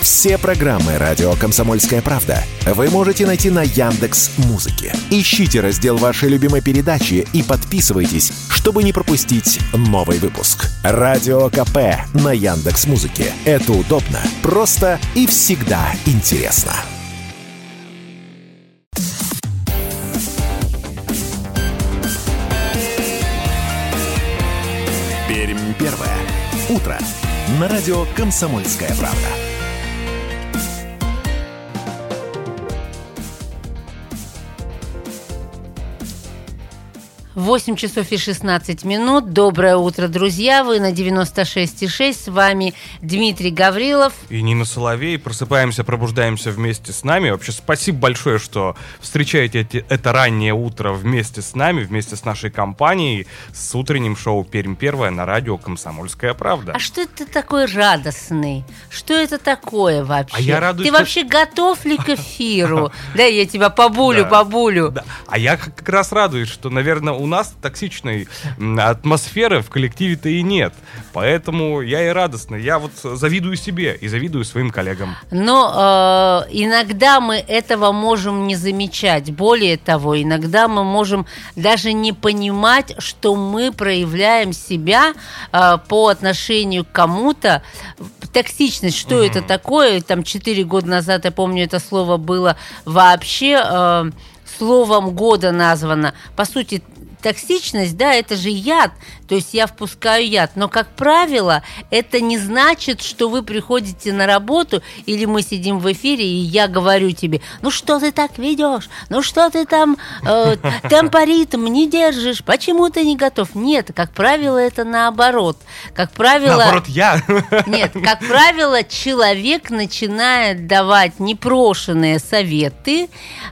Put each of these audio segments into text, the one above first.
Все программы «Радио Комсомольская правда» вы можете найти на Яндекс.Музыке. Ищите раздел вашей любимой передачи и подписывайтесь, чтобы не пропустить новый выпуск. Радио КП на Яндекс.Музыке. Это удобно, просто и всегда интересно. Пермь первое. Утро. На радио «Комсомольская правда». 8 часов и 16 минут. Доброе утро, друзья. Вы на 96,6. С вами Дмитрий Гаврилов. И Нина Соловей. Просыпаемся, пробуждаемся вместе с нами. Вообще, спасибо большое, что встречаете это раннее утро вместе с нами, вместе с нашей компанией, с утренним шоу «Пермь первое» на радио «Комсомольская правда». А что это такой радостный? Что это такое вообще? А я радуюсь, Ты вообще готов ли к эфиру? Да, я тебя побулю. А я как раз радуюсь, что, наверное, у нас токсичной атмосферы в коллективе-то и нет. Поэтому я и радостный. Я вот завидую себе и завидую своим коллегам. Но иногда мы этого можем не замечать. Более того, иногда мы можем даже не понимать, что мы проявляем себя по отношению к кому-то. Токсичность, что это такое? Там 4 года назад, я помню, это слово было вообще словом года названо. По сути, токсичность, да, это же яд, то есть я впускаю яд, но, как правило, это не значит, что вы приходите на работу или мы сидим в эфире, и я говорю тебе: ну что ты так ведешь, ну что ты там темпоритм не держишь, почему ты не готов? Нет, как правило, это наоборот. Как правило... Наоборот, я? Нет, как правило, человек начинает давать непрошенные советы,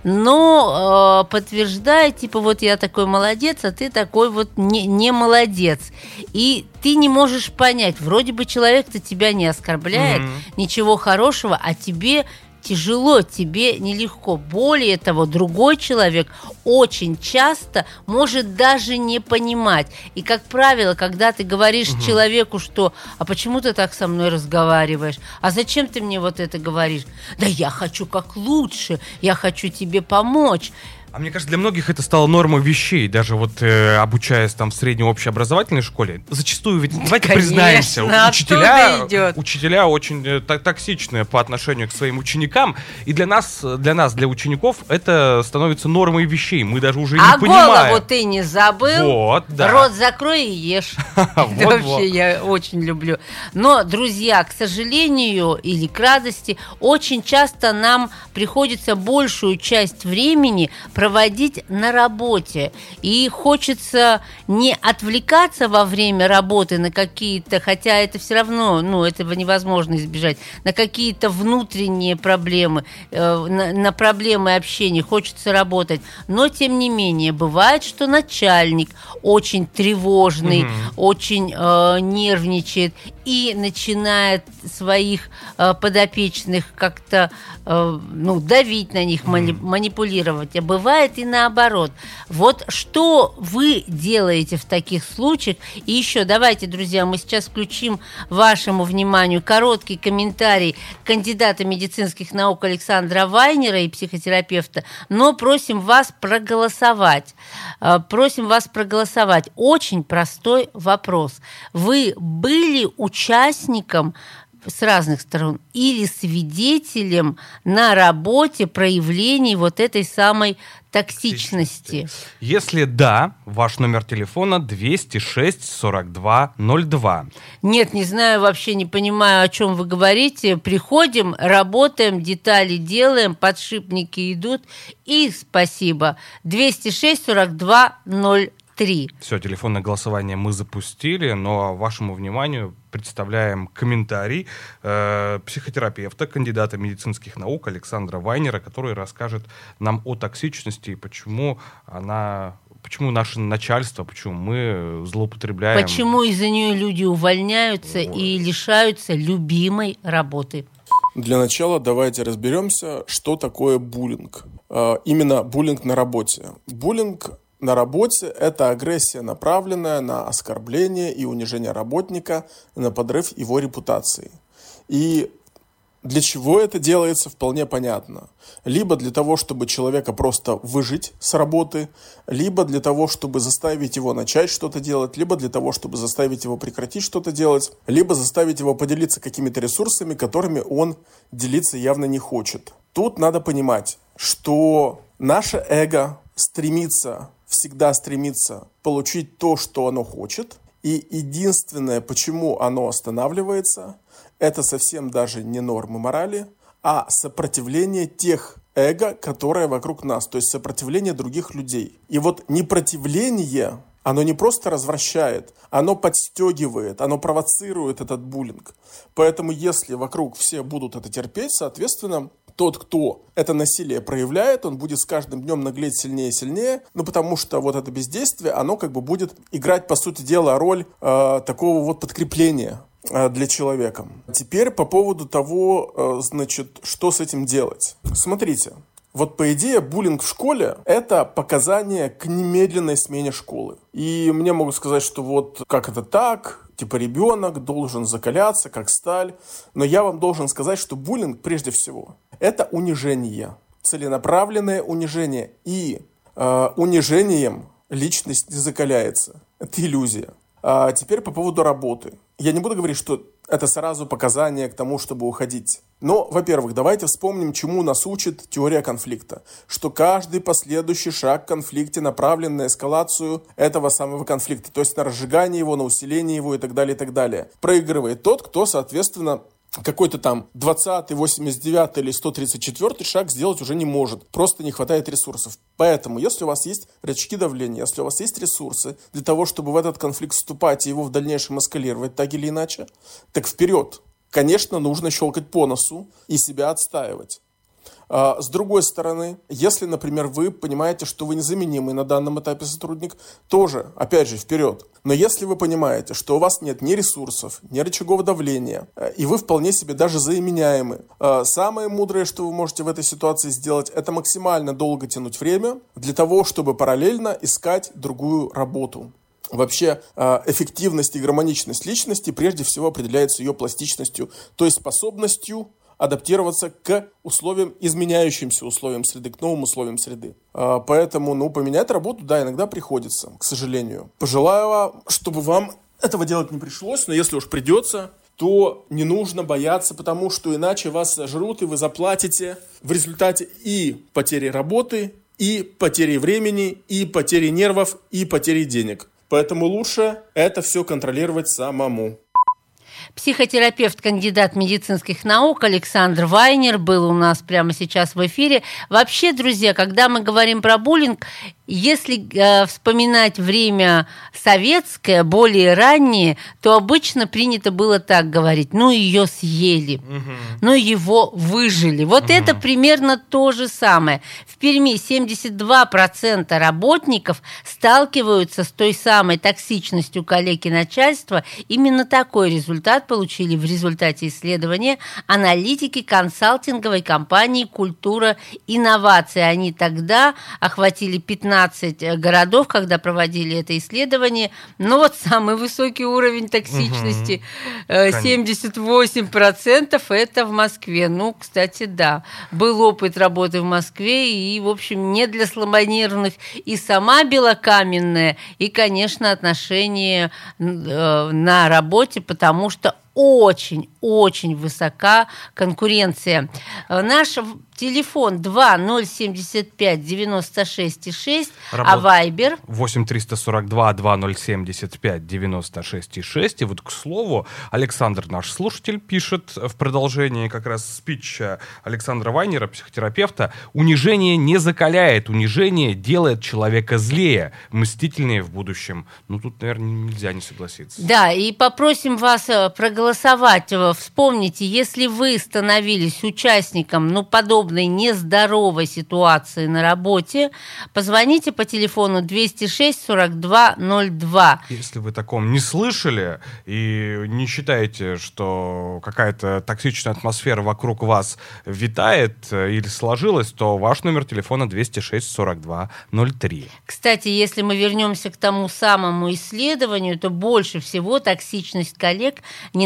но подтверждает, типа, вот я такой молодец, а ты такой вот не молодец. И ты не можешь понять, вроде бы человек-то тебя не оскорбляет, ничего хорошего, а тебе тяжело, тебе нелегко. Более того, другой человек очень часто может даже не понимать. И, как правило, когда ты говоришь человеку, что «а почему ты так со мной разговариваешь? А зачем ты мне вот это говоришь?» «Да я хочу как лучше, я хочу тебе помочь». А мне кажется, для многих это стало нормой вещей, даже вот обучаясь там в средней общеобразовательной школе. Зачастую, ведь давайте признаемся, учителя очень токсичные по отношению к своим ученикам, и для нас, для учеников, это становится нормой вещей. Мы даже уже не понимаем. А голову ты не забыл? Вот, да. Рот закрой и ешь. Вообще я очень люблю. Но, друзья, к сожалению или к радости, очень часто нам приходится большую часть времени проводить на работе. И хочется не отвлекаться во время работы на какие-то, хотя это все равно, этого невозможно избежать, на какие-то внутренние проблемы, на проблемы общения, хочется работать. Но, тем не менее, бывает, что начальник очень тревожный, очень нервничает и начинает своих подопечных как-то давить на них, манипулировать. А бывает и наоборот. Вот что вы делаете в таких случаях? И еще давайте, друзья, мы сейчас включим вашему вниманию короткий комментарий кандидата медицинских наук Александра Вайнера и психотерапевта, но просим вас проголосовать. Очень простой вопрос. Вы были участником с разных сторон или свидетелем на работе проявлений вот этой самой токсичности? Если да, ваш номер телефона 206-42-02. Нет, не знаю, вообще не понимаю, о чем вы говорите. Приходим, работаем, детали делаем, подшипники идут, и спасибо. 206-42-03. Все, телефонное голосование мы запустили, но вашему вниманию представляем комментарий психотерапевта, кандидата медицинских наук Александра Вайнера, который расскажет нам о токсичности и почему наше начальство, почему мы злоупотребляем. Почему из-за нее люди увольняются и лишаются любимой работы. Для начала давайте разберемся, что такое буллинг. Именно буллинг на работе. Буллинг на работе – это агрессия, направленная на оскорбление и унижение работника, на подрыв его репутации. И Для чего это делается, вполне понятно. Либо для того, чтобы человека просто выжить с работы, либо для того, чтобы заставить его начать что-то делать, либо для того, чтобы заставить его прекратить что-то делать, либо заставить его поделиться какими-то ресурсами, которыми он делиться явно не хочет. Тут надо понимать, что наше эго всегда стремится получить то, что оно хочет, и единственное, почему оно останавливается, это совсем даже не нормы морали, а сопротивление тех эго, которые вокруг нас, то есть сопротивление других людей. И вот непротивление, оно не просто развращает, оно подстегивает, оно провоцирует этот буллинг. Поэтому если вокруг все будут это терпеть, соответственно, тот, кто это насилие проявляет, он будет с каждым днем наглеть сильнее и сильнее, потому что вот это бездействие, оно будет играть, по сути дела, роль такого вот подкрепления для человека. Теперь по поводу того, что с этим делать. Смотрите, вот по идее буллинг в школе – это показание к немедленной смене школы. И мне могут сказать, что вот как это так, ребенок должен закаляться, как сталь. Но я вам должен сказать, что буллинг прежде всего – это унижение, целенаправленное унижение. И унижением личность не закаляется. Это иллюзия. А теперь по поводу работы. Я не буду говорить, что это сразу показание к тому, чтобы уходить. Но, во-первых, давайте вспомним, чему нас учит теория конфликта. Что каждый последующий шаг в конфликте направлен на эскалацию этого самого конфликта. То есть на разжигание его, на усиление его и так далее, и так далее. Проигрывает тот, кто, соответственно, какой-то там 20-й, 89-й или 134-й шаг сделать уже не может. Просто не хватает ресурсов. Поэтому, если у вас есть рычаги давления, если у вас есть ресурсы для того, чтобы в этот конфликт вступать и его в дальнейшем эскалировать так или иначе, так вперед. Конечно, нужно щелкать по носу и себя отстаивать. С другой стороны, если, например, вы понимаете, что вы незаменимый на данном этапе сотрудник, тоже, опять же, вперед. Но если вы понимаете, что у вас нет ни ресурсов, ни рычагов давления, и вы вполне себе даже заменяемы, самое мудрое, что вы можете в этой ситуации сделать, это максимально долго тянуть время для того, чтобы параллельно искать другую работу. Вообще, эффективность и гармоничность личности прежде всего определяется ее пластичностью, то есть способностью адаптироваться к условиям, изменяющимся условиям среды, к новым условиям среды. Поэтому, поменять работу, да, иногда приходится, к сожалению. Пожелаю вам, чтобы вам этого делать не пришлось, но если уж придется, то не нужно бояться, потому что иначе вас сожрут, и вы заплатите в результате и потери работы, и потери времени, и потери нервов, и потери денег. Поэтому лучше это все контролировать самому. Психотерапевт, кандидат медицинских наук Александр Вайнер был у нас прямо сейчас в эфире. Вообще, друзья, когда мы говорим про буллинг, если вспоминать время советское, более раннее, то обычно принято было так говорить: ее съели, его выжили. Вот это примерно то же самое. В Перми 72% работников сталкиваются с той самой токсичностью коллег и начальства. Именно такой результат получили в результате исследования аналитики консалтинговой компании «Культура инноваций». Они тогда охватили 15 городов, когда проводили это исследование. Но самый высокий уровень токсичности, 78%, это в Москве. Кстати, да, был опыт работы в Москве, и, в общем, не для слабонервных. И сама белокаменная, и, конечно, отношения на работе, потому что очень-очень высока конкуренция. Наш телефон 2075-96-6, а Вайбер 8-342-2075-96-6. И вот, к слову, Александр, наш слушатель, пишет в продолжении как раз спича Александра Вайнера, психотерапевта: унижение не закаляет, унижение делает человека злее, мстительнее в будущем. Тут, наверное, нельзя не согласиться. Да, и попросим вас проголосовать. Вспомните, если вы становились участником, подобной нездоровой ситуации на работе, позвоните по телефону 206-42-02. Если вы таком не слышали и не считаете, что какая-то токсичная атмосфера вокруг вас витает или сложилась, то ваш номер телефона 206-42-03. Кстати, если мы вернемся к тому самому исследованию, то больше всего токсичность коллег не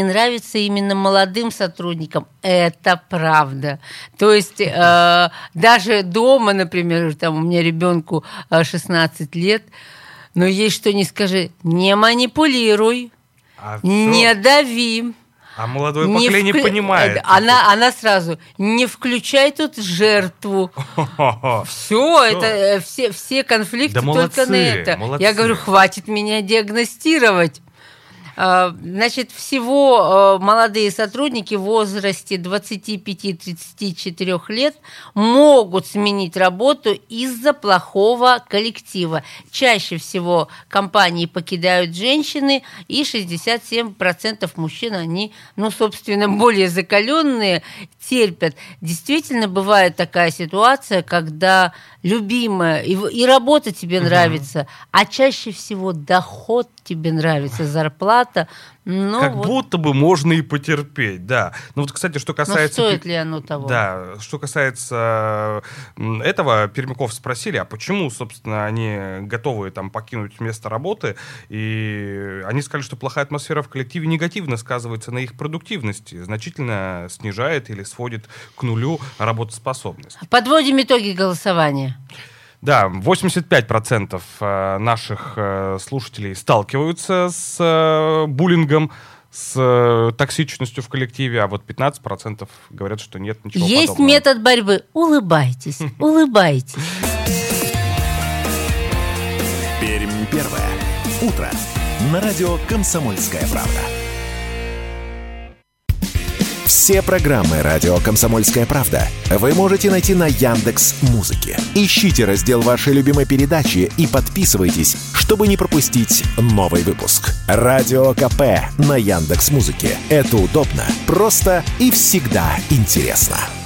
нравится именно молодым сотрудникам. Это правда. То есть даже дома, например, там у меня ребенку 16 лет, но есть что не скажи, не манипулируй, не дави. А молодое поколение понимает. Она сразу, не включай тут жертву. Все, это все конфликты только на это. Я говорю, хватит меня диагностировать. Значит, всего молодые сотрудники в возрасте 25-34 лет могут сменить работу из-за плохого коллектива. Чаще всего компании покидают женщины, и 67% мужчин, они, собственно, более закаленные, терпят. Действительно, бывает такая ситуация, когда любимая, и работа тебе нравится, а чаще всего доход тебе нравится, зарплата. Будто бы можно и потерпеть, да. Кстати, что касается... Но стоит ли оно того? Да, что касается этого, пермяков спросили, а почему, собственно, они готовы там покинуть место работы, и они сказали, что плохая атмосфера в коллективе негативно сказывается на их продуктивности, значительно снижает или сводит к нулю работоспособность. Подводим итоги голосования. Да, 85% наших слушателей сталкиваются с буллингом, с токсичностью в коллективе, а вот 15% говорят, что нет ничего подобного. Есть метод борьбы. Улыбайтесь, улыбайтесь. Пермь первое. Утро. На радио «Комсомольская правда». Все программы радио «Комсомольская правда» вы можете найти на Яндекс.Музыке. Ищите раздел вашей любимой передачи и подписывайтесь, чтобы не пропустить новый выпуск. Радио КП на Яндекс.Музыке. Это удобно, просто и всегда интересно.